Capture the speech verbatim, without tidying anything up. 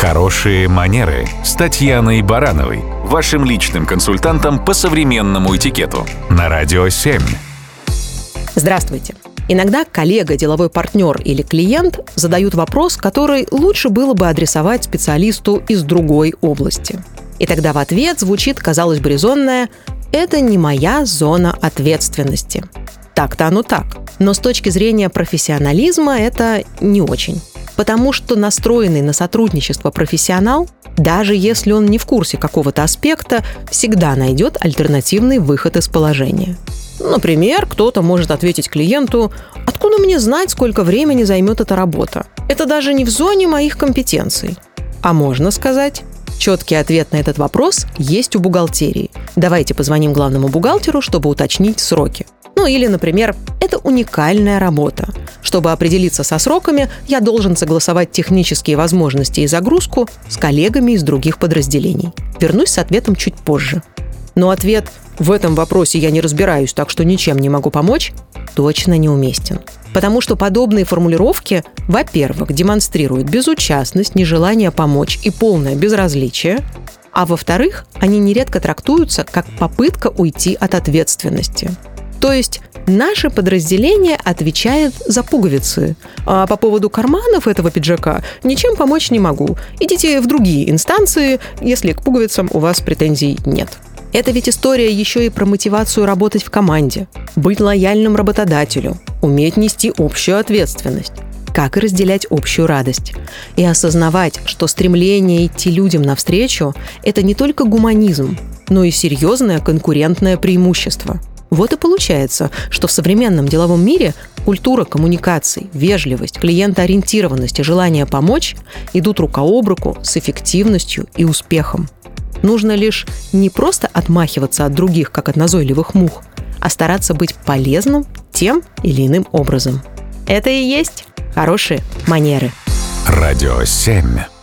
Хорошие манеры с Татьяной Барановой, вашим личным консультантом по современному этикету на Радио семь. Здравствуйте. Иногда коллега, деловой партнер или клиент задают вопрос, который лучше было бы адресовать специалисту из другой области. И тогда в ответ звучит, казалось бы, резонное: «Это не моя зона ответственности». Так-то оно так. Но с точки зрения профессионализма это не очень. Потому что настроенный на сотрудничество профессионал, даже если он не в курсе какого-то аспекта, всегда найдет альтернативный выход из положения. Например, кто-то может ответить клиенту: «Откуда мне знать, сколько времени займет эта работа? Это даже не в зоне моих компетенций». А можно сказать: четкий ответ на этот вопрос есть у бухгалтерии. Давайте позвоним главному бухгалтеру, чтобы уточнить сроки. Ну или, например, это уникальная работа. Чтобы определиться со сроками, я должен согласовать технические возможности и загрузку с коллегами из других подразделений. Вернусь с ответом чуть позже. Но ответ «в этом вопросе я не разбираюсь, так что ничем не могу помочь» точно неуместен. Потому что подобные формулировки, во-первых, демонстрируют безучастность, нежелание помочь и полное безразличие, а во-вторых, они нередко трактуются как попытка уйти от ответственности. То есть наше подразделение отвечает за пуговицы, а по поводу карманов этого пиджака ничем помочь не могу. Идите в другие инстанции, если к пуговицам у вас претензий нет. Это ведь история еще и про мотивацию работать в команде, быть лояльным работодателю, уметь нести общую ответственность, как и разделять общую радость. И осознавать, что стремление идти людям навстречу – это не только гуманизм, но и серьезное конкурентное преимущество. Вот и получается, что в современном деловом мире культура коммуникаций, вежливость, клиентоориентированность и желание помочь идут рука об руку с эффективностью и успехом. Нужно лишь не просто отмахиваться от других, как от назойливых мух, а стараться быть полезным тем или иным образом. Это и есть хорошие манеры. Радио семь.